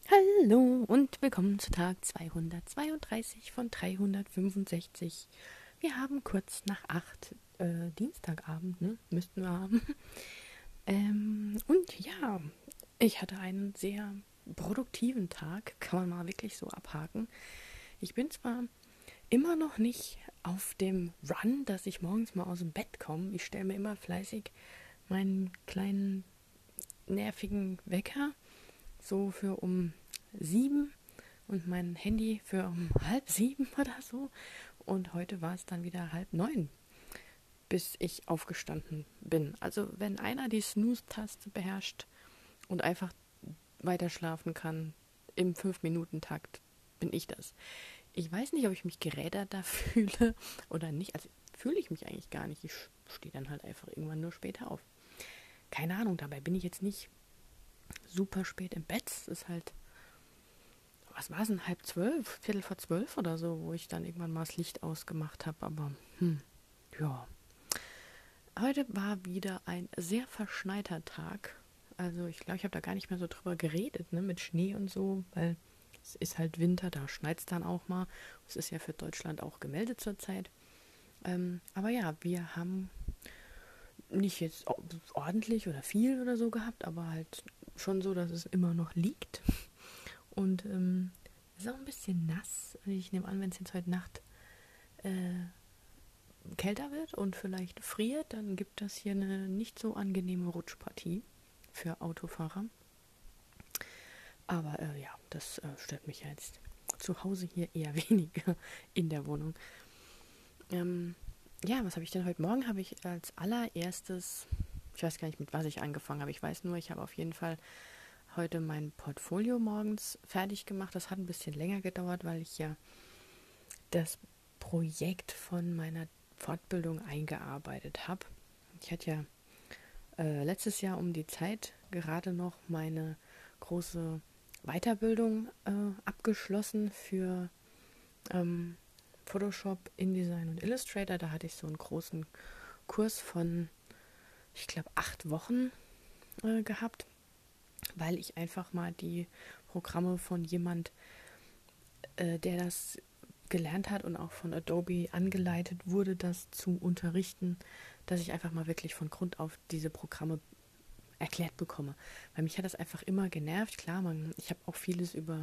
Hallo und willkommen zu Tag 232 von 365. Wir haben kurz nach 8 Dienstagabend, ne? Müssten wir haben. Und ja, ich hatte einen sehr produktiven Tag, kann man mal wirklich so abhaken. Ich bin zwar immer noch nicht auf dem Run, dass ich morgens mal aus dem Bett komme. Ich stelle mir immer fleißig meinen kleinen nervigen Wecker so für um 7 und mein Handy für um halb 7 oder so. Und heute war es dann wieder halb 9, bis ich aufgestanden bin. Also wenn einer die Snooze-Taste beherrscht und einfach weiter schlafen kann im 5-Minuten-Takt, bin ich das. Ich weiß nicht, ob ich mich gerädert da fühle oder nicht. Also fühle ich mich eigentlich gar nicht. Ich stehe dann halt einfach irgendwann nur später auf. Keine Ahnung, dabei bin ich jetzt nicht super spät im Bett. Es ist halt, was war es denn, halb 12, Viertel vor 12 oder so, wo ich dann irgendwann mal das Licht ausgemacht habe. Aber, ja. Heute war wieder ein sehr verschneiter Tag. Also ich glaube, ich habe da gar nicht mehr so drüber geredet, ne, mit Schnee und so, weil es ist halt Winter, da schneit es dann auch mal. Es ist ja für Deutschland auch gemeldet zurzeit. Aber ja, wir haben nicht jetzt ordentlich oder viel oder so gehabt, aber halt schon so, dass es immer noch liegt. Und es ist auch ein bisschen nass. Ich nehme an, wenn es jetzt heute Nacht äh, kälter wird und vielleicht friert, dann gibt das hier eine nicht so angenehme Rutschpartie für Autofahrer. Aber ja, das stört mich ja jetzt zu Hause hier eher weniger in der Wohnung. Ähm, ja, was habe ich denn heute Morgen? Habe ich als allererstes, ich weiß gar nicht, mit was ich angefangen habe. Ich weiß nur, ich habe auf jeden Fall heute mein Portfolio morgens fertig gemacht. Das hat ein bisschen länger gedauert, weil ich ja das Projekt von meiner Fortbildung eingearbeitet habe. Ich hatte ja letztes Jahr um die Zeit gerade noch meine große Weiterbildung abgeschlossen für ähm, Photoshop, InDesign und Illustrator. Da hatte ich so einen großen Kurs von, ich glaube, 8 Wochen gehabt, weil ich einfach mal die Programme von jemand, der das gelernt hat und auch von Adobe angeleitet wurde, das zu unterrichten, dass ich einfach mal wirklich von Grund auf diese Programme erklärt bekomme. Weil mich hat das einfach immer genervt. Klar, ich habe auch vieles über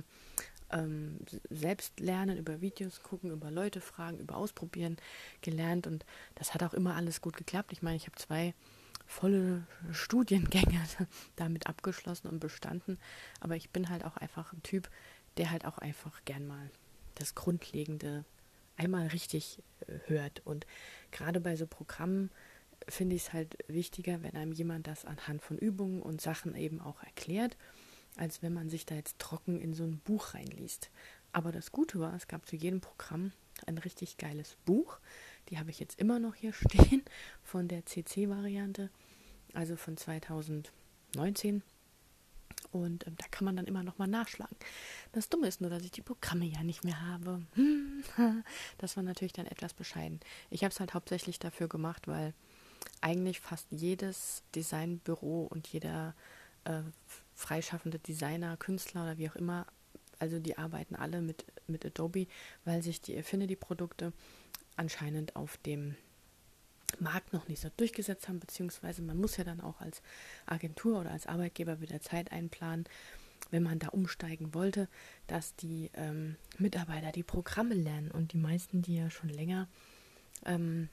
selbst lernen, über Videos gucken, über Leute fragen, über Ausprobieren gelernt und das hat auch immer alles gut geklappt. Ich meine, ich habe 2 volle Studiengänge damit abgeschlossen und bestanden, aber ich bin halt auch einfach ein Typ, der halt auch einfach gern mal das Grundlegende einmal richtig hört und gerade bei so Programmen finde ich es halt wichtiger, wenn einem jemand das anhand von Übungen und Sachen eben auch erklärt, als wenn man sich da jetzt trocken in so ein Buch reinliest. Aber das Gute war, es gab zu jedem Programm ein richtig geiles Buch. Die habe ich jetzt immer noch hier stehen von der CC-Variante, also von 2019. Und da kann man dann immer noch mal nachschlagen. Das Dumme ist nur, dass ich die Programme ja nicht mehr habe. Das war natürlich dann etwas bescheiden. Ich habe es halt hauptsächlich dafür gemacht, weil eigentlich fast jedes Designbüro und jeder äh, freischaffende Designer, Künstler oder wie auch immer, also die arbeiten alle mit Adobe, weil sich die Affinity-Produkte anscheinend auf dem Markt noch nicht so durchgesetzt haben, beziehungsweise man muss ja dann auch als Agentur oder als Arbeitgeber wieder Zeit einplanen, wenn man da umsteigen wollte, dass die Mitarbeiter die Programme lernen und die meisten, die ja schon länger ähm,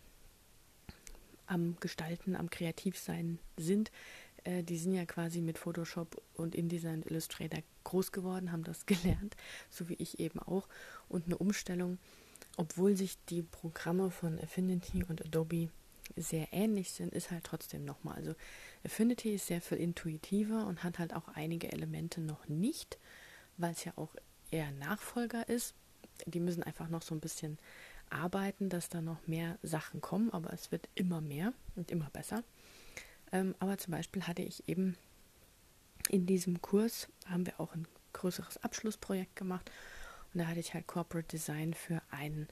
am Gestalten, am Kreativsein sind, die sind ja quasi mit Photoshop und InDesign und Illustrator groß geworden, haben das gelernt, so wie ich eben auch. Und eine Umstellung, obwohl sich die Programme von Affinity und Adobe sehr ähnlich sind, ist halt trotzdem nochmal. Also Affinity ist sehr viel intuitiver und hat halt auch einige Elemente noch nicht, weil es ja auch eher Nachfolger ist. Die müssen einfach noch so ein bisschen arbeiten, dass da noch mehr Sachen kommen, aber es wird immer mehr und immer besser. Aber zum Beispiel hatte ich eben in diesem Kurs, haben wir auch ein größeres Abschlussprojekt gemacht und da hatte ich halt Corporate Design für ein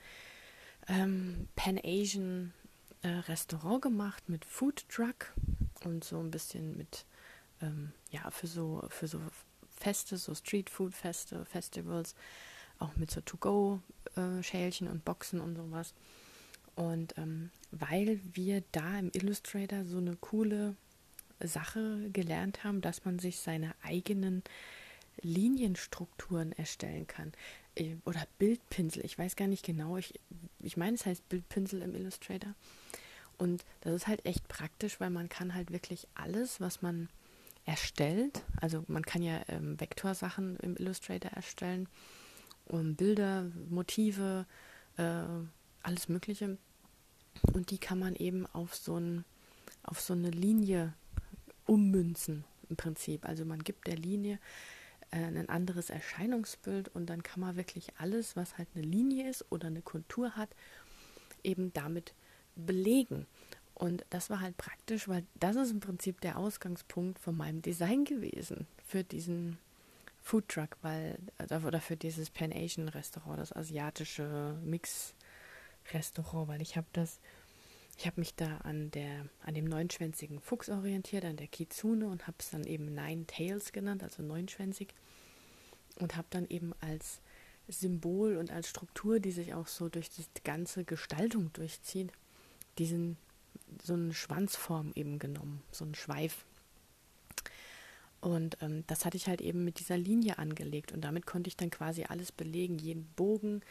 Pan-Asian Restaurant gemacht mit Food Truck und so ein bisschen mit, ja, für so Feste, so Streetfood-Feste, Festivals, auch mit so To-Go-Schälchen und Boxen und sowas. Und weil wir da im Illustrator so eine coole Sache gelernt haben, dass man sich seine eigenen Linienstrukturen erstellen kann. Oder Bildpinsel, ich weiß gar nicht genau. Ich meine, es heißt Bildpinsel im Illustrator. Und das ist halt echt praktisch, weil man kann halt wirklich alles, was man erstellt, also man kann ja Vektorsachen im Illustrator erstellen, Bilder, Motive, alles Mögliche. Und die kann man eben auf so eine Linie ummünzen im Prinzip. Also man gibt der Linie ein anderes Erscheinungsbild und dann kann man wirklich alles, was halt eine Linie ist oder eine Kontur hat, eben damit belegen. Und das war halt praktisch, weil das ist im Prinzip der Ausgangspunkt von meinem Design gewesen für diesen Foodtruck, oder für dieses Pan Asian Restaurant, das asiatische Mix-Restaurant, weil ich habe mich da an dem neunschwänzigen Fuchs orientiert, an der Kitsune und habe es dann eben Nine Tails genannt, also neunschwänzig. Und habe dann eben als Symbol und als Struktur, die sich auch so durch die ganze Gestaltung durchzieht, so eine Schwanzform eben genommen, so einen Schweif. Und das hatte ich halt eben mit dieser Linie angelegt und damit konnte ich dann quasi alles belegen, jeden Bogen,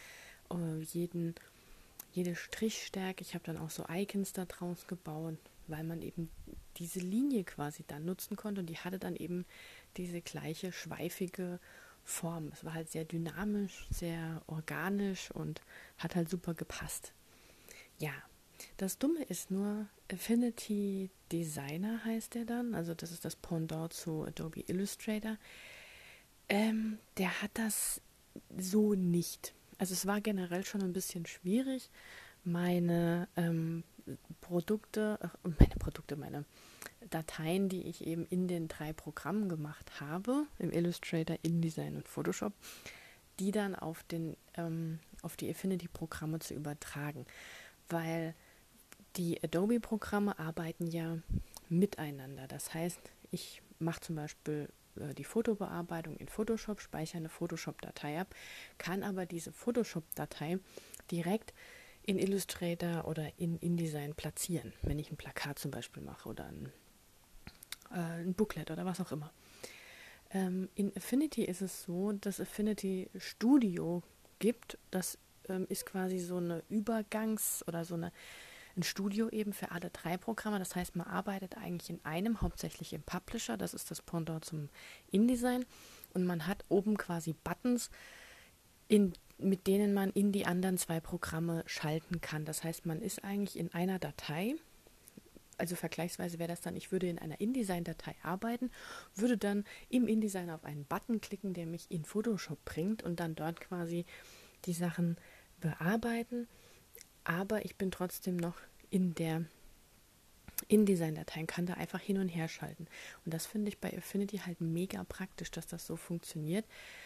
jede Strichstärke. Ich habe dann auch so Icons da draus gebaut, weil man eben diese Linie quasi dann nutzen konnte und die hatte dann eben diese gleiche schweifige Form. Es war halt sehr dynamisch, sehr organisch und hat halt super gepasst. Ja, das Dumme ist nur, Affinity Designer heißt der dann, also das ist das Pendant zu Adobe Illustrator. Der hat das so nicht. Also es war generell schon ein bisschen schwierig, meine meine Dateien, die ich eben in den 3 Programmen gemacht habe, im Illustrator, InDesign und Photoshop, die dann auf die Affinity-Programme zu übertragen. Weil die Adobe-Programme arbeiten ja miteinander. Das heißt, ich mache zum Beispiel die Fotobearbeitung in Photoshop, speichere eine Photoshop-Datei ab, kann aber diese Photoshop-Datei direkt in Illustrator oder in InDesign platzieren, wenn ich ein Plakat zum Beispiel mache oder ein Booklet oder was auch immer. In Affinity ist es so, dass Affinity Studio gibt. Das ist quasi so eine oder ein Studio eben für alle 3 Programme. Das heißt, man arbeitet eigentlich in einem, hauptsächlich im Publisher. Das ist das Pendant zum InDesign. Und man hat oben quasi Buttons, mit denen man in die anderen 2 Programme schalten kann. Das heißt, man ist eigentlich in einer Datei. Also vergleichsweise wäre das dann, ich würde in einer InDesign-Datei arbeiten, würde dann im InDesign auf einen Button klicken, der mich in Photoshop bringt und dann dort quasi die Sachen bearbeiten. Aber ich bin trotzdem noch in der InDesign-Datei und kann da einfach hin und her schalten. Und das finde ich bei Affinity halt mega praktisch, dass das so funktioniert.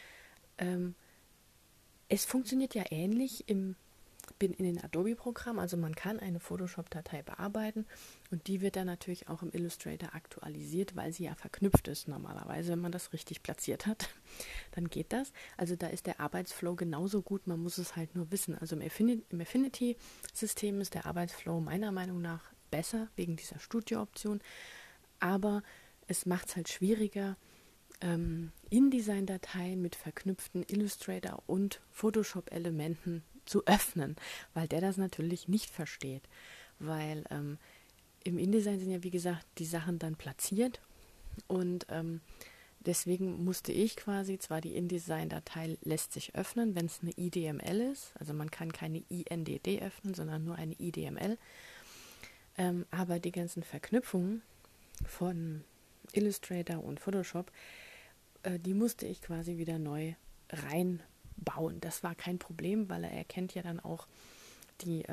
Es funktioniert ja ähnlich in den Adobe-Programmen, also man kann eine Photoshop-Datei bearbeiten und die wird dann natürlich auch im Illustrator aktualisiert, weil sie ja verknüpft ist normalerweise, wenn man das richtig platziert hat, dann geht das. Also da ist der Arbeitsflow genauso gut, man muss es halt nur wissen. Also im Affinity-System ist der Arbeitsflow meiner Meinung nach besser, wegen dieser Studio-Option, aber es macht es halt schwieriger, InDesign-Dateien mit verknüpften Illustrator- und Photoshop-Elementen zu öffnen, weil der das natürlich nicht versteht. Weil im InDesign sind ja, wie gesagt, die Sachen dann platziert und deswegen musste ich quasi, zwar die InDesign-Datei lässt sich öffnen, wenn es eine IDML ist, also man kann keine INDD öffnen, sondern nur eine IDML, aber die ganzen Verknüpfungen von Illustrator und Photoshop, die musste ich quasi wieder neu reinbauen. Das war kein Problem, weil er erkennt ja dann auch die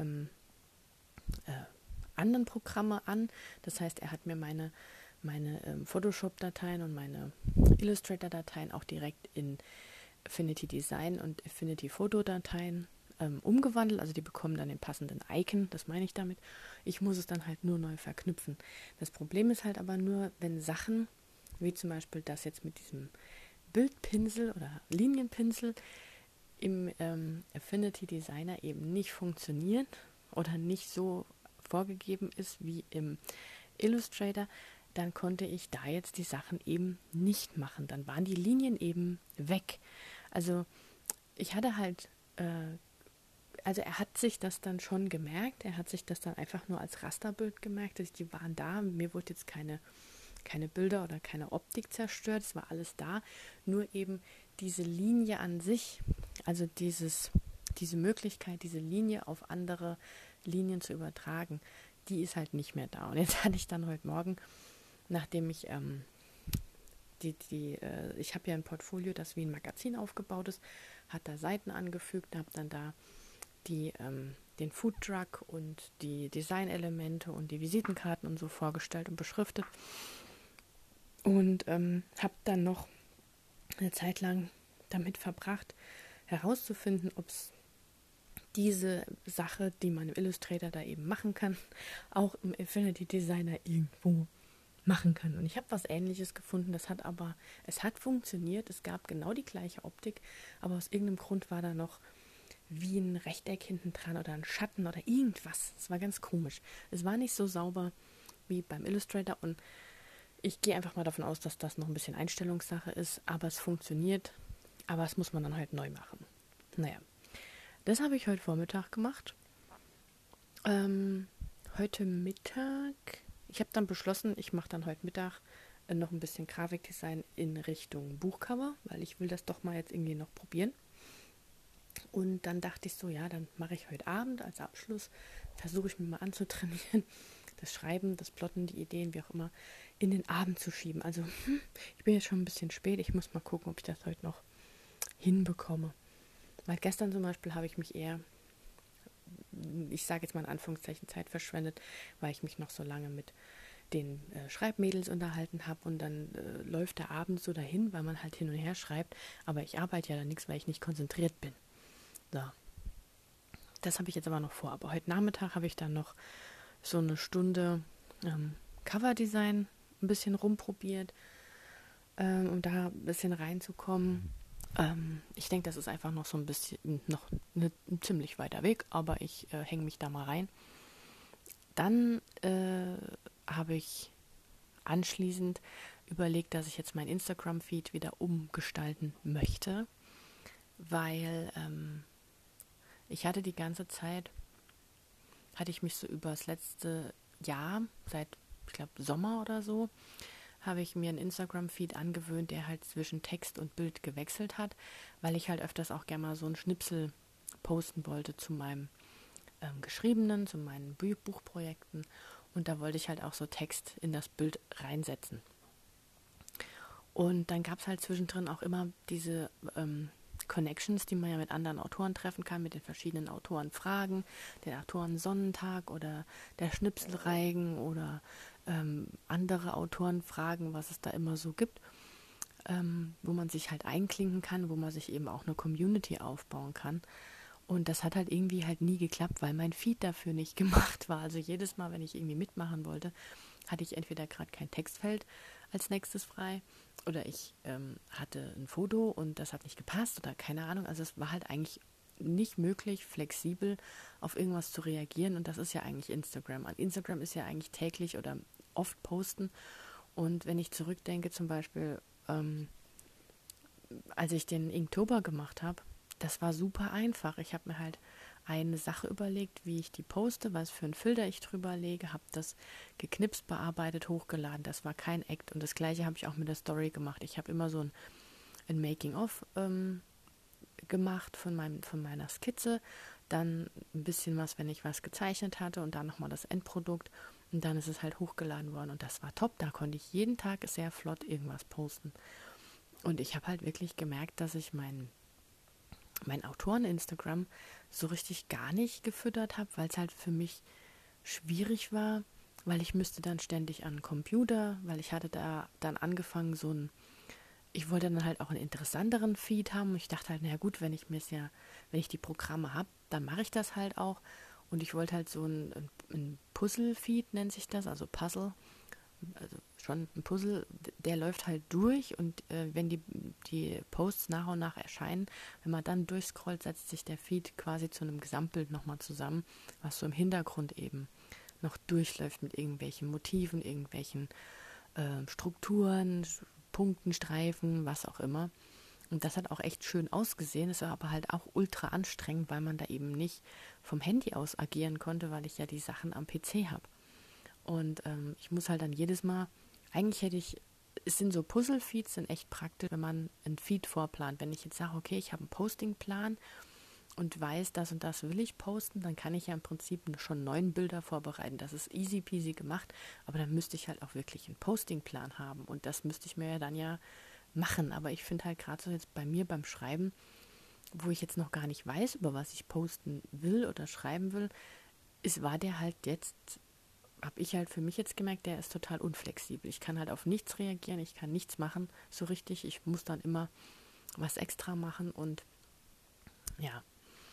anderen Programme an. Das heißt, er hat mir meine Photoshop-Dateien und meine Illustrator-Dateien auch direkt in Affinity Design und Affinity Photo-Dateien umgewandelt. Also die bekommen dann den passenden Icon, das meine ich damit. Ich muss es dann halt nur neu verknüpfen. Das Problem ist halt aber nur, wenn Sachen, wie zum Beispiel das jetzt mit diesem Bildpinsel oder Linienpinsel im Affinity Designer eben nicht funktionieren oder nicht so vorgegeben ist wie im Illustrator, dann konnte ich da jetzt die Sachen eben nicht machen. Dann waren die Linien eben weg. Also ich hatte halt, also er hat sich das dann schon gemerkt, er hat sich das dann einfach nur als Rasterbild gemerkt, dass die waren da, mir wurde jetzt keine Bilder oder keine Optik zerstört, es war alles da, nur eben diese Linie an sich, also diese Möglichkeit, diese Linie auf andere Linien zu übertragen, die ist halt nicht mehr da. Und jetzt hatte ich dann heute Morgen, nachdem ich ich habe ja ein Portfolio, das wie ein Magazin aufgebaut ist, hat da Seiten angefügt, habe dann da den Foodtruck und die Designelemente und die Visitenkarten und so vorgestellt und beschriftet. Und habe dann noch eine Zeit lang damit verbracht, herauszufinden, ob es diese Sache, die man im Illustrator da eben machen kann, auch im Affinity Designer irgendwo machen kann. Und ich habe was Ähnliches gefunden, es hat funktioniert, es gab genau die gleiche Optik, aber aus irgendeinem Grund war da noch wie ein Rechteck hinten dran oder ein Schatten oder irgendwas. Es war ganz komisch. Es war nicht so sauber wie beim Illustrator und ich gehe einfach mal davon aus, dass das noch ein bisschen Einstellungssache ist, aber es funktioniert, aber das muss man dann halt neu machen. Naja, das habe ich heute Vormittag gemacht. Heute Mittag, ich habe dann beschlossen, ich mache dann heute Mittag noch ein bisschen Grafikdesign in Richtung Buchcover, weil ich will das doch mal jetzt irgendwie noch probieren. Und dann dachte ich so, ja, dann mache ich heute Abend als Abschluss, versuche ich mir mal anzutrainieren, das Schreiben, das Plotten, die Ideen, wie auch immer, in den Abend zu schieben. Also ich bin jetzt schon ein bisschen spät, ich muss mal gucken, ob ich das heute noch hinbekomme. Weil gestern zum Beispiel habe ich mich eher, ich sage jetzt mal in Anführungszeichen, Zeit verschwendet, weil ich mich noch so lange mit den Schreibmädels unterhalten habe und dann läuft der Abend so dahin, weil man halt hin und her schreibt, aber ich arbeite ja da nichts, weil ich nicht konzentriert bin. So. Das habe ich jetzt aber noch vor, aber heute Nachmittag habe ich dann noch so eine Stunde Coverdesign ein bisschen rumprobiert, um da ein bisschen reinzukommen. Ich denke, das ist einfach noch so ein bisschen, noch ein ziemlich weiter Weg, aber ich hänge mich da mal rein. Dann habe ich anschließend überlegt, dass ich jetzt mein Instagram-Feed wieder umgestalten möchte, weil ich hatte die ganze Zeit, hatte ich mich so über das letzte Jahr, seit, ich glaube, Sommer oder so, habe ich mir einen Instagram-Feed angewöhnt, der halt zwischen Text und Bild gewechselt hat, weil ich halt öfters auch gerne mal so einen Schnipsel posten wollte zu meinem Geschriebenen, zu meinen Buchprojekten und da wollte ich halt auch so Text in das Bild reinsetzen. Und dann gab es halt zwischendrin auch immer diese Connections, die man ja mit anderen Autoren treffen kann, mit den verschiedenen Autoren fragen, der Autoren Sonnentag oder der Schnipselreigen oder andere Autoren fragen, was es da immer so gibt, wo man sich halt einklinken kann, wo man sich eben auch eine Community aufbauen kann. Und das hat halt irgendwie halt nie geklappt, weil mein Feed dafür nicht gemacht war. Also jedes Mal, wenn ich irgendwie mitmachen wollte, hatte ich entweder gerade kein Textfeld als nächstes frei oder ich hatte ein Foto und das hat nicht gepasst oder keine Ahnung. Also es war halt eigentlich nicht möglich, flexibel auf irgendwas zu reagieren und das ist ja eigentlich Instagram. An Instagram ist ja eigentlich täglich oder oft posten und wenn ich zurückdenke zum Beispiel, als ich den Inktober gemacht habe, das war super einfach. Ich habe mir halt eine Sache überlegt, wie ich die poste, was für einen Filter ich drüber lege, habe das geknipst, bearbeitet, hochgeladen. Das war kein Act und das gleiche habe ich auch mit der Story gemacht. Ich habe immer so ein Making-of gemacht von meiner Skizze, dann ein bisschen was, wenn ich was gezeichnet hatte und dann nochmal das Endprodukt und dann ist es halt hochgeladen worden und das war top. Da konnte ich jeden Tag sehr flott irgendwas posten. Und ich habe halt wirklich gemerkt, dass ich mein Autoren-Instagram so richtig gar nicht gefüttert habe, weil es halt für mich schwierig war, weil ich müsste dann ständig an den Computer, weil ich hatte da dann angefangen, ich wollte dann halt auch einen interessanteren Feed haben und ich dachte halt, naja gut, wenn ich die Programme habe, dann mache ich das halt auch und ich wollte halt so ein Puzzle-Feed nennt sich das, also Puzzle, also schon ein Puzzle, der läuft halt durch und wenn die Posts nach und nach erscheinen, wenn man dann durchscrollt, setzt sich der Feed quasi zu einem Gesamtbild nochmal zusammen, was so im Hintergrund eben noch durchläuft mit irgendwelchen Motiven, irgendwelchen Strukturen, Punkten, Streifen, was auch immer. Und das hat auch echt schön ausgesehen, ist aber halt auch ultra anstrengend, weil man da eben nicht vom Handy aus agieren konnte, weil ich ja die Sachen am PC habe. Und ich muss halt dann jedes Mal, eigentlich es sind so Puzzle-Feeds, sind echt praktisch, wenn man einen Feed vorplant. Wenn ich jetzt sage, okay, ich habe einen Postingplan und weiß, das und das will ich posten, dann kann ich ja im Prinzip schon 9 Bilder vorbereiten. Das ist easy peasy gemacht, aber dann müsste ich halt auch wirklich einen Postingplan haben und das müsste ich mir ja dann ja machen. Aber ich finde halt gerade so jetzt bei mir beim Schreiben, wo ich jetzt noch gar nicht weiß, über was ich posten will oder schreiben will, war der halt jetzt, habe ich halt für mich jetzt gemerkt, der ist total unflexibel. Ich kann halt auf nichts reagieren, ich kann nichts machen so richtig. Ich muss dann immer was extra machen und ja.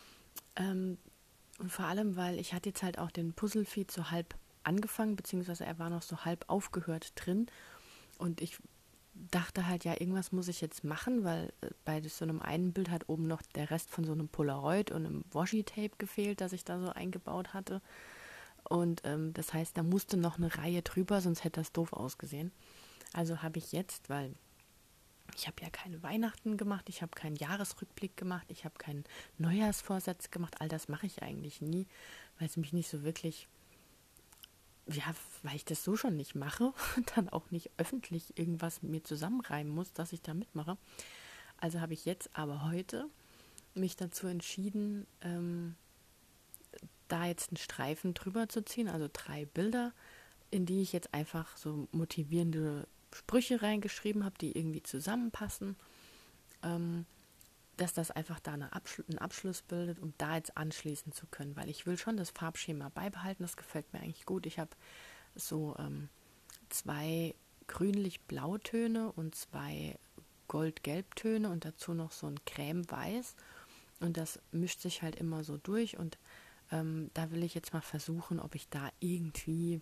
Und vor allem, weil ich hatte jetzt halt auch den Puzzle-Feed so halb angefangen, beziehungsweise er war noch so halb aufgehört drin und ich dachte halt, ja, irgendwas muss ich jetzt machen, weil bei so einem einen Bild hat oben noch der Rest von so einem Polaroid und einem Washi-Tape gefehlt, das ich da so eingebaut hatte. Und das heißt, da musste noch eine Reihe drüber, sonst hätte das doof ausgesehen. Also habe ich jetzt, weil ich habe ja keine Weihnachten gemacht, ich habe keinen Jahresrückblick gemacht, ich habe keinen Neujahrsvorsatz gemacht, all das mache ich eigentlich nie, weil es mich nicht so wirklich, ja, weil ich das so schon nicht mache und dann auch nicht öffentlich irgendwas mir zusammenreimen muss, dass ich da mitmache. Also habe ich jetzt aber heute mich dazu entschieden, da jetzt einen Streifen drüber zu ziehen, also 3 Bilder, in die ich jetzt einfach so motivierende Sprüche reingeschrieben habe, die irgendwie zusammenpassen, ähm, dass das einfach da einen Abschluss bildet, um da jetzt anschließen zu können, weil ich will schon das Farbschema beibehalten, das gefällt mir eigentlich gut. Ich habe so 2 grünlich-blautöne und 2 gold-gelbtöne und dazu noch so ein creme-weiß und das mischt sich halt immer so durch und da will ich jetzt mal versuchen, ob ich da irgendwie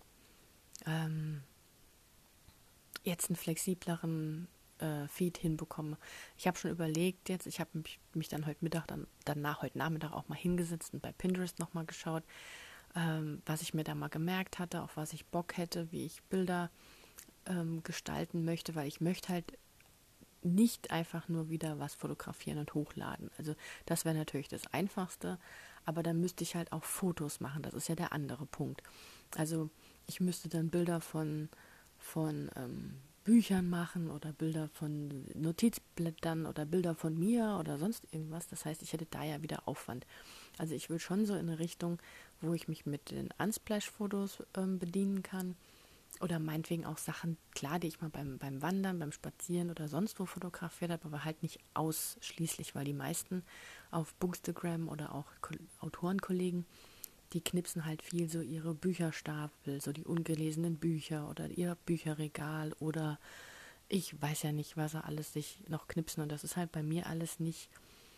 jetzt einen flexibleren Feed hinbekomme. Ich habe schon überlegt jetzt, ich habe mich dann heute Mittag, heute Nachmittag auch mal hingesetzt und bei Pinterest nochmal geschaut, was ich mir da mal gemerkt hatte, auf was ich Bock hätte, wie ich Bilder gestalten möchte, weil ich möchte halt nicht einfach nur wieder was fotografieren und hochladen. Also das wäre natürlich das Einfachste, aber dann müsste ich halt auch Fotos machen. Das ist ja der andere Punkt. Also ich müsste dann Bilder von Büchern machen oder Bilder von Notizblättern oder Bilder von mir oder sonst irgendwas. Das heißt, ich hätte da ja wieder Aufwand. Also ich will schon so in eine Richtung, wo ich mich mit den Unsplash-Fotos bedienen kann oder meinetwegen auch Sachen, klar, die ich mal beim Wandern, beim Spazieren oder sonst wo fotografiert habe, aber halt nicht ausschließlich, weil die meisten auf Bookstagram oder auch Autorenkollegen, die knipsen halt viel so ihre Bücherstapel, so die ungelesenen Bücher oder ihr Bücherregal oder ich weiß ja nicht, was sie alles sich noch knipsen und das ist halt bei mir alles nicht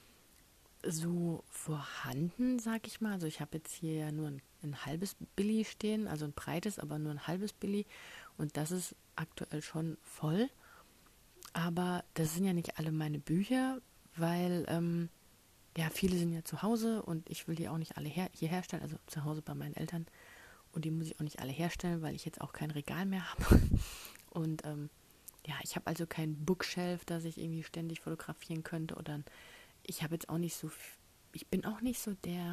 so vorhanden, sag ich mal. Also ich habe jetzt hier ja nur ein halbes Billy stehen, also ein breites, aber nur ein halbes Billy und das ist aktuell schon voll. Aber das sind ja nicht alle meine Bücher, weil ja, viele sind ja zu Hause und ich will die auch nicht alle hier herstellen, also zu Hause bei meinen Eltern. Und die muss ich auch nicht alle herstellen, weil ich jetzt auch kein Regal mehr habe. Und ja, ich habe also kein Bookshelf, das ich irgendwie ständig fotografieren könnte. Oder ich habe jetzt auch nicht so, ich bin auch nicht so der,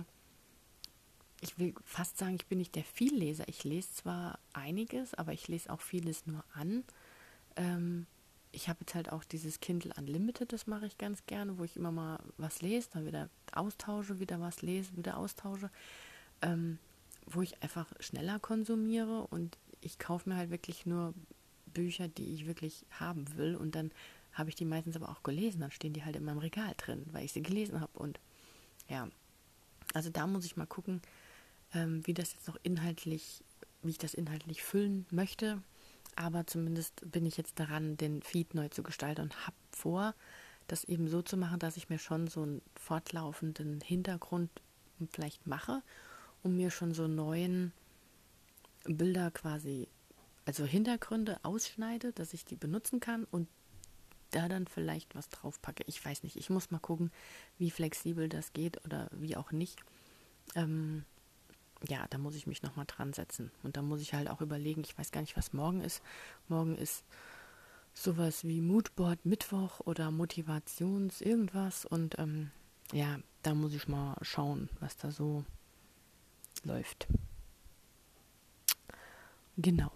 ich will fast sagen, ich bin nicht der Vielleser. Ich lese zwar einiges, aber ich lese auch vieles nur an. Ich habe jetzt halt auch dieses Kindle Unlimited, das mache ich ganz gerne, wo ich immer mal was lese, dann wieder austausche, wieder was lese, wieder austausche, wo ich einfach schneller konsumiere und ich kaufe mir halt wirklich nur Bücher, die ich wirklich haben will und dann habe ich die meistens aber auch gelesen, dann stehen die halt in meinem Regal drin, weil ich sie gelesen habe und ja, also da muss ich mal gucken, wie das jetzt noch inhaltlich, wie ich das inhaltlich füllen möchte. Aber zumindest bin ich jetzt daran, den Feed neu zu gestalten und habe vor, das eben so zu machen, dass ich mir schon so einen fortlaufenden Hintergrund vielleicht mache, um mir schon so neuen Bilder quasi also Hintergründe ausschneide, dass ich die benutzen kann und da dann vielleicht was drauf packe. Ich weiß nicht, ich muss mal gucken, wie flexibel das geht oder wie auch nicht. Ähm, ja, da muss ich mich nochmal dran setzen. Und da muss ich halt auch überlegen, ich weiß gar nicht, was morgen ist. Morgen ist sowas wie Moodboard Mittwoch oder Motivations irgendwas. Und ja, da muss ich mal schauen, was da so läuft. Genau.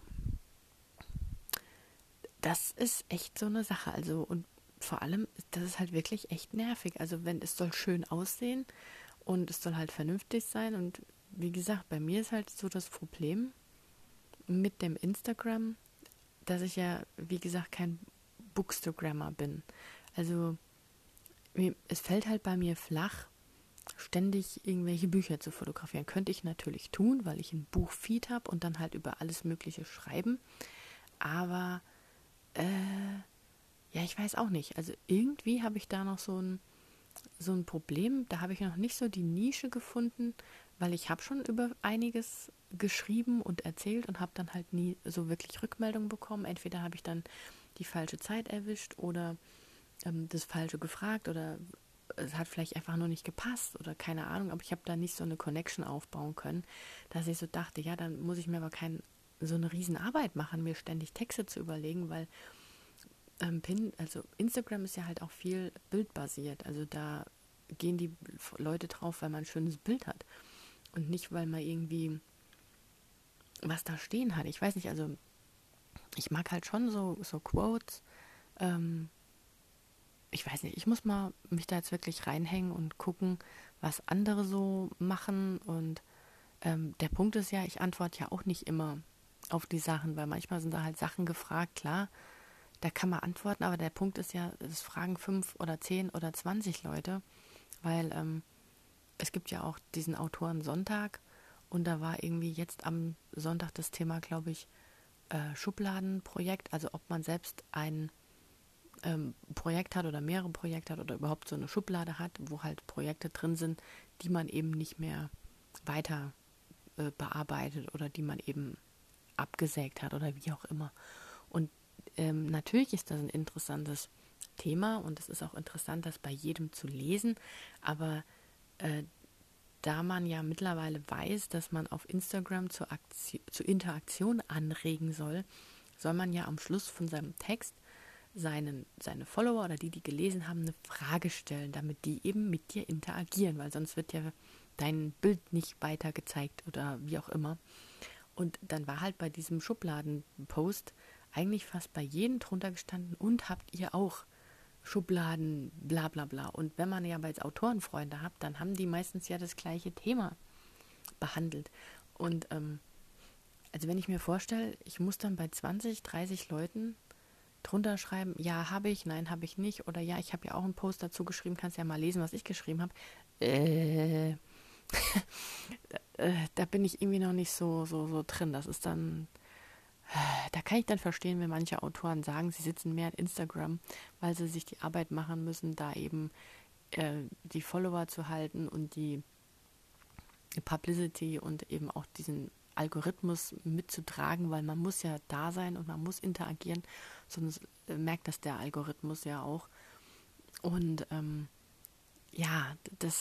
Das ist echt so eine Sache. Also, und vor allem, das ist halt wirklich echt nervig. Also, wenn es soll schön aussehen und es soll halt vernünftig sein. Und wie gesagt, bei mir ist halt so das Problem mit dem Instagram, dass ich ja, wie gesagt, kein Bookstagrammer bin. Also, es fällt halt bei mir flach, ständig irgendwelche Bücher zu fotografieren. Könnte ich natürlich tun, weil ich ein Buchfeed habe und dann halt über alles Mögliche schreiben. Aber ja, ich weiß auch nicht. Also irgendwie habe ich da noch so ein Problem. Da habe ich noch nicht so die Nische gefunden, weil ich habe schon über einiges geschrieben und erzählt und habe dann halt nie so wirklich Rückmeldung bekommen. Entweder habe ich dann die falsche Zeit erwischt oder das Falsche gefragt oder es hat vielleicht einfach nur nicht gepasst oder keine Ahnung, aber ich habe da nicht so eine Connection aufbauen können, dass ich so dachte, ja, dann muss ich mir aber so eine Riesenarbeit machen, mir ständig Texte zu überlegen, weil also Instagram ist ja halt auch viel bildbasiert. Also da gehen die Leute drauf, weil man ein schönes Bild hat und nicht, weil man irgendwie was da stehen hat. Ich weiß nicht, also ich mag halt schon so Quotes. Ähm, ich weiß nicht, ich muss mal mich da jetzt wirklich reinhängen und gucken, was andere so machen. Und der Punkt ist ja, ich antworte ja auch nicht immer auf die Sachen, weil manchmal sind da halt Sachen gefragt, klar, da kann man antworten, aber der Punkt ist ja, es fragen 5 oder 10 oder 20 Leute, weil es gibt ja auch diesen Autoren Sonntag und da war irgendwie jetzt am Sonntag das Thema, glaube ich, Schubladenprojekt, also ob man selbst ein Projekt hat oder mehrere Projekte hat oder überhaupt so eine Schublade hat, wo halt Projekte drin sind, die man eben nicht mehr weiter bearbeitet oder die man eben abgesägt hat oder wie auch immer. Und natürlich ist das ein interessantes Thema und es ist auch interessant, das bei jedem zu lesen, aber äh, da man ja mittlerweile weiß, dass man auf Instagram zur Interaktion anregen soll, soll man ja am Schluss von seinem Text seine Follower oder die gelesen haben, eine Frage stellen, damit die eben mit dir interagieren, weil sonst wird ja dein Bild nicht weiter gezeigt oder wie auch immer. Und dann war halt bei diesem Schubladenpost eigentlich fast bei jedem drunter gestanden, und habt ihr auch Schubladen, bla bla bla. Und wenn man ja bei Autorenfreunde hat, dann haben die meistens ja das gleiche Thema behandelt. Und also wenn ich mir vorstelle, ich muss dann bei 20, 30 Leuten drunter schreiben, ja, habe ich, nein, habe ich nicht, oder ja, ich habe ja auch einen Post dazu geschrieben, kannst ja mal lesen, was ich geschrieben habe. Äh, da bin ich irgendwie noch nicht so drin. Das ist dann, da kann ich dann verstehen, wenn manche Autoren sagen, sie sitzen mehr an Instagram, weil sie sich die Arbeit machen müssen, da eben die Follower zu halten und die Publicity und eben auch diesen Algorithmus mitzutragen, weil man muss ja da sein und man muss interagieren, sonst merkt das der Algorithmus ja auch. Und ja,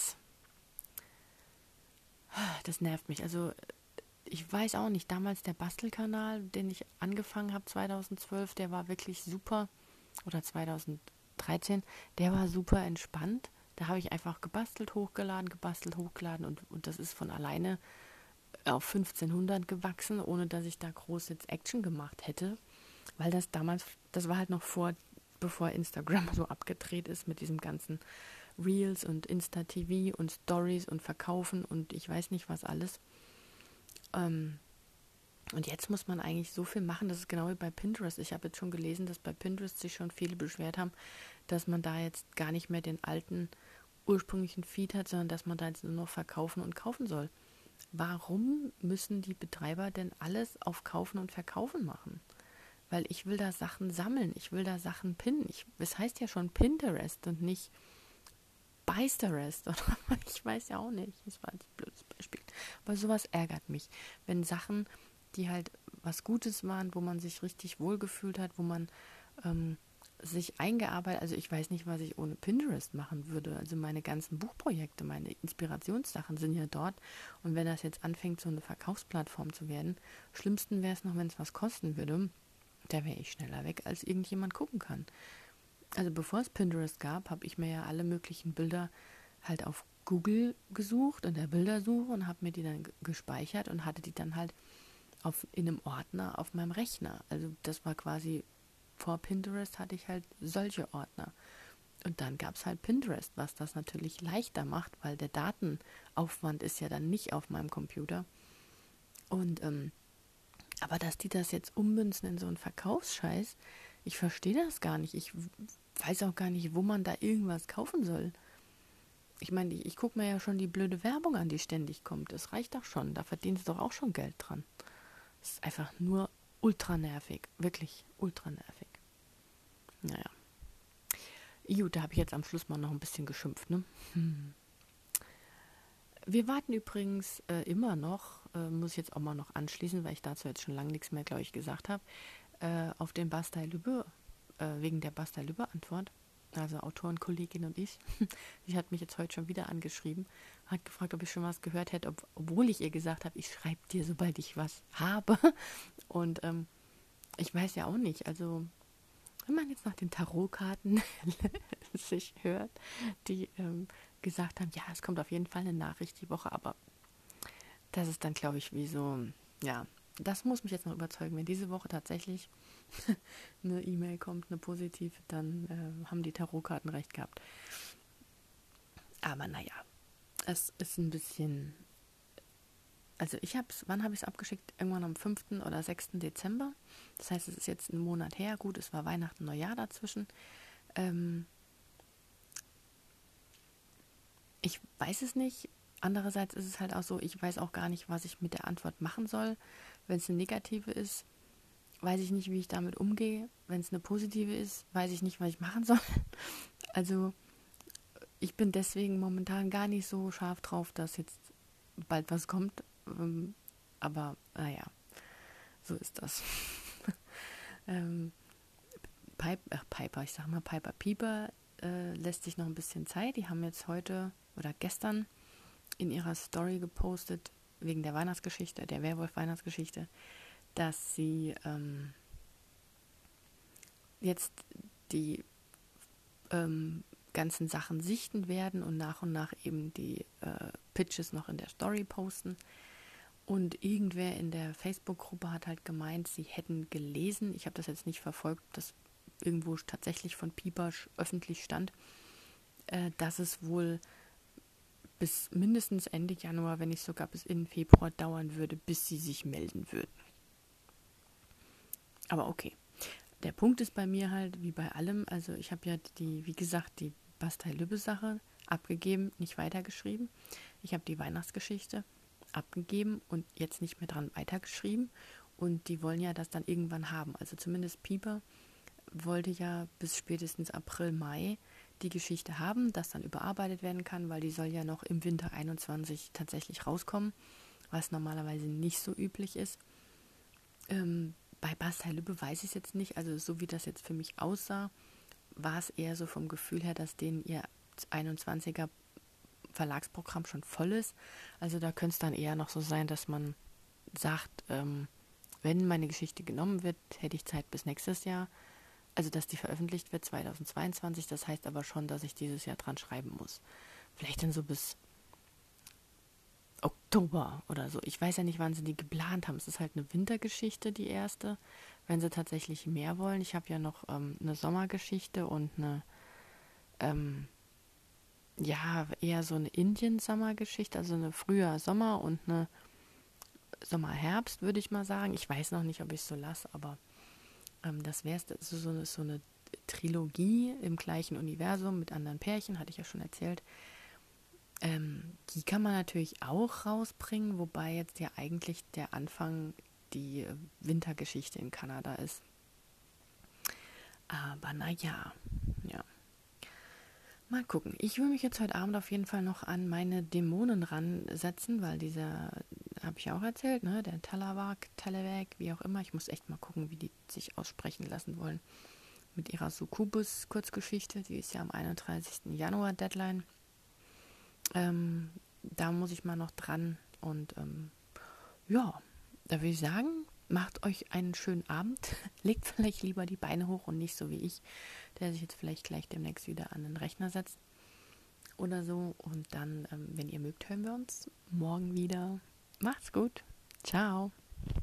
das nervt mich. Also ich weiß auch nicht, damals der Bastelkanal, den ich angefangen habe 2012, der war wirklich super, oder 2013, der war super entspannt. Da habe ich einfach gebastelt, hochgeladen und das ist von alleine auf 1500 gewachsen, ohne dass ich da groß jetzt Action gemacht hätte, weil das damals, das war halt noch bevor Instagram so abgedreht ist mit diesem ganzen Reels und Insta-TV und Stories und Verkaufen und ich weiß nicht was alles. Und jetzt muss man eigentlich so viel machen, das ist genau wie bei Pinterest. Ich habe jetzt schon gelesen, dass bei Pinterest sich schon viele beschwert haben, dass man da jetzt gar nicht mehr den alten ursprünglichen Feed hat, sondern dass man da jetzt nur noch verkaufen und kaufen soll. Warum müssen die Betreiber denn alles auf Kaufen und Verkaufen machen? Weil ich will da Sachen sammeln, ich will da Sachen pinnen. Es heißt ja schon Pinterest und nicht Beisterest. Oder ich weiß ja auch nicht, das war ein blödes Beispiel. Aber sowas ärgert mich, wenn Sachen die halt was Gutes waren, wo man sich richtig wohlgefühlt hat, wo man sich eingearbeitet, also ich weiß nicht, was ich ohne Pinterest machen würde. Also meine ganzen Buchprojekte, meine Inspirationssachen sind ja dort. Und wenn das jetzt anfängt, so eine Verkaufsplattform zu werden, schlimmsten wäre es noch, wenn es was kosten würde. Da wäre ich schneller weg, als irgendjemand gucken kann. Also bevor es Pinterest gab, habe ich mir ja alle möglichen Bilder halt auf Google gesucht, in der Bildersuche und habe mir die dann gespeichert und hatte die dann halt in einem Ordner auf meinem Rechner. Also das war quasi, vor Pinterest hatte ich halt solche Ordner. Und dann gab es halt Pinterest, was das natürlich leichter macht, weil der Datenaufwand ist ja dann nicht auf meinem Computer. Und aber dass die das jetzt ummünzen in so einen Verkaufsscheiß, ich verstehe das gar nicht. Ich weiß auch gar nicht, wo man da irgendwas kaufen soll. Ich meine, ich gucke mir ja schon die blöde Werbung an, die ständig kommt. Das reicht doch schon. Da verdienen sie doch auch schon Geld dran. Das ist einfach nur ultra nervig. Wirklich ultra nervig. Naja. Gut, da habe ich jetzt am Schluss mal noch ein bisschen geschimpft, ne? Wir warten übrigens immer noch, muss ich jetzt auch mal noch anschließen, weil ich dazu jetzt schon lange nichts mehr, glaube ich, gesagt habe, auf den Bastei-Lübbe, wegen der Bastei-Lübbe-Antwort. Also Autorenkollegin und ich. Sie hat mich jetzt heute schon wieder angeschrieben, hat gefragt, ob ich schon was gehört hätte, obwohl ich ihr gesagt habe, ich schreibe dir, sobald ich was habe. Und ich weiß ja auch nicht, also wenn man jetzt nach den Tarotkarten sich hört, die gesagt haben, ja, es kommt auf jeden Fall eine Nachricht die Woche, aber das ist dann, glaube ich, wie so, ja, das muss mich jetzt noch überzeugen. Wenn diese Woche tatsächlich eine E-Mail kommt, eine positive, dann haben die Tarotkarten recht gehabt. Aber naja, es ist ein bisschen, also wann habe ich es abgeschickt? Irgendwann am 5. oder 6. Dezember. Das heißt, es ist jetzt ein Monat her. Gut, es war Weihnachten, Neujahr dazwischen. Ich weiß es nicht. Andererseits ist es halt auch so, ich weiß auch gar nicht, was ich mit der Antwort machen soll. Wenn es eine negative ist, weiß ich nicht, wie ich damit umgehe. Wenn es eine positive ist, weiß ich nicht, was ich machen soll. Also ich bin deswegen momentan gar nicht so scharf drauf, dass jetzt bald was kommt. Aber naja, so ist das. Piper Pieper lässt sich noch ein bisschen Zeit. Die haben jetzt heute oder gestern in ihrer Story gepostet, wegen der Weihnachtsgeschichte, der Werwolf-Weihnachtsgeschichte, dass sie jetzt die ganzen Sachen sichten werden und nach eben die Pitches noch in der Story posten. Und irgendwer in der Facebook-Gruppe hat halt gemeint, sie hätten gelesen, ich habe das jetzt nicht verfolgt, das irgendwo tatsächlich von Pieper öffentlich stand, dass es wohl bis mindestens Ende Januar, wenn nicht sogar bis in Februar dauern würde, bis sie sich melden würden. Aber okay. Der Punkt ist bei mir halt, wie bei allem, also ich habe ja wie gesagt, die Bastei-Lübbe-Sache abgegeben, nicht weitergeschrieben. Ich habe die Weihnachtsgeschichte abgegeben und jetzt nicht mehr dran weitergeschrieben. Und die wollen ja das dann irgendwann haben. Also zumindest Pieper wollte ja bis spätestens April, Mai die Geschichte haben, das dann überarbeitet werden kann, weil die soll ja noch im Winter 21 tatsächlich rauskommen, was normalerweise nicht so üblich ist. Bei Bastei-Lübbe weiß ich es jetzt nicht, also so wie das jetzt für mich aussah, war es eher so vom Gefühl her, dass denen ihr 21er Verlagsprogramm schon voll ist. Also da könnte es dann eher noch so sein, dass man sagt, wenn meine Geschichte genommen wird, hätte ich Zeit bis nächstes Jahr. Also dass die veröffentlicht wird 2022, das heißt aber schon, dass ich dieses Jahr dran schreiben muss. Vielleicht dann so bis Oktober oder so. Ich weiß ja nicht, wann sie die geplant haben. Es ist halt eine Wintergeschichte, die erste. Wenn sie tatsächlich mehr wollen. Ich habe ja noch eine Sommergeschichte und eine, ja, eher so eine Indien-Sommergeschichte, also eine Frühjahr-Sommer und eine Sommer-Herbst, würde ich mal sagen. Ich weiß noch nicht, ob ich es so lasse, aber das wäre so eine Trilogie im gleichen Universum mit anderen Pärchen, hatte ich ja schon erzählt. Die kann man natürlich auch rausbringen, wobei jetzt ja eigentlich der Anfang die Wintergeschichte in Kanada ist. Aber naja, ja. Mal gucken. Ich will mich jetzt heute Abend auf jeden Fall noch an meine Dämonen ransetzen, weil dieser habe ich ja auch erzählt, ne? Der Talawag, wie auch immer. Ich muss echt mal gucken, wie die sich aussprechen lassen wollen. Mit ihrer Succubus-Kurzgeschichte, die ist ja am 31. Januar Deadline. Da muss ich mal noch dran. Und ja, da würde ich sagen, macht euch einen schönen Abend. Legt vielleicht lieber die Beine hoch und nicht so wie ich, der sich jetzt vielleicht gleich demnächst wieder an den Rechner setzt oder so. Und dann, wenn ihr mögt, hören wir uns morgen wieder. Macht's gut. Ciao.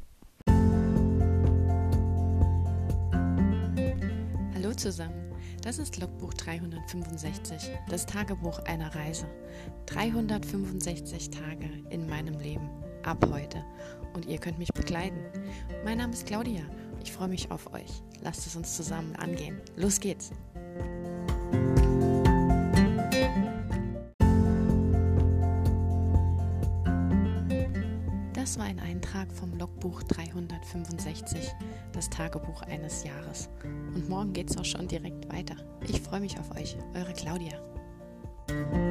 Hallo zusammen. Das ist Logbuch 365, das Tagebuch einer Reise. 365 Tage in meinem Leben. Ab heute. Und ihr könnt mich begleiten. Mein Name ist Claudia. Ich freue mich auf euch. Lasst es uns zusammen angehen. Los geht's! Das war ein Eintrag vom Logbuch 365, das Tagebuch eines Jahres. Und morgen geht's auch schon direkt weiter. Ich freue mich auf euch. Eure Claudia.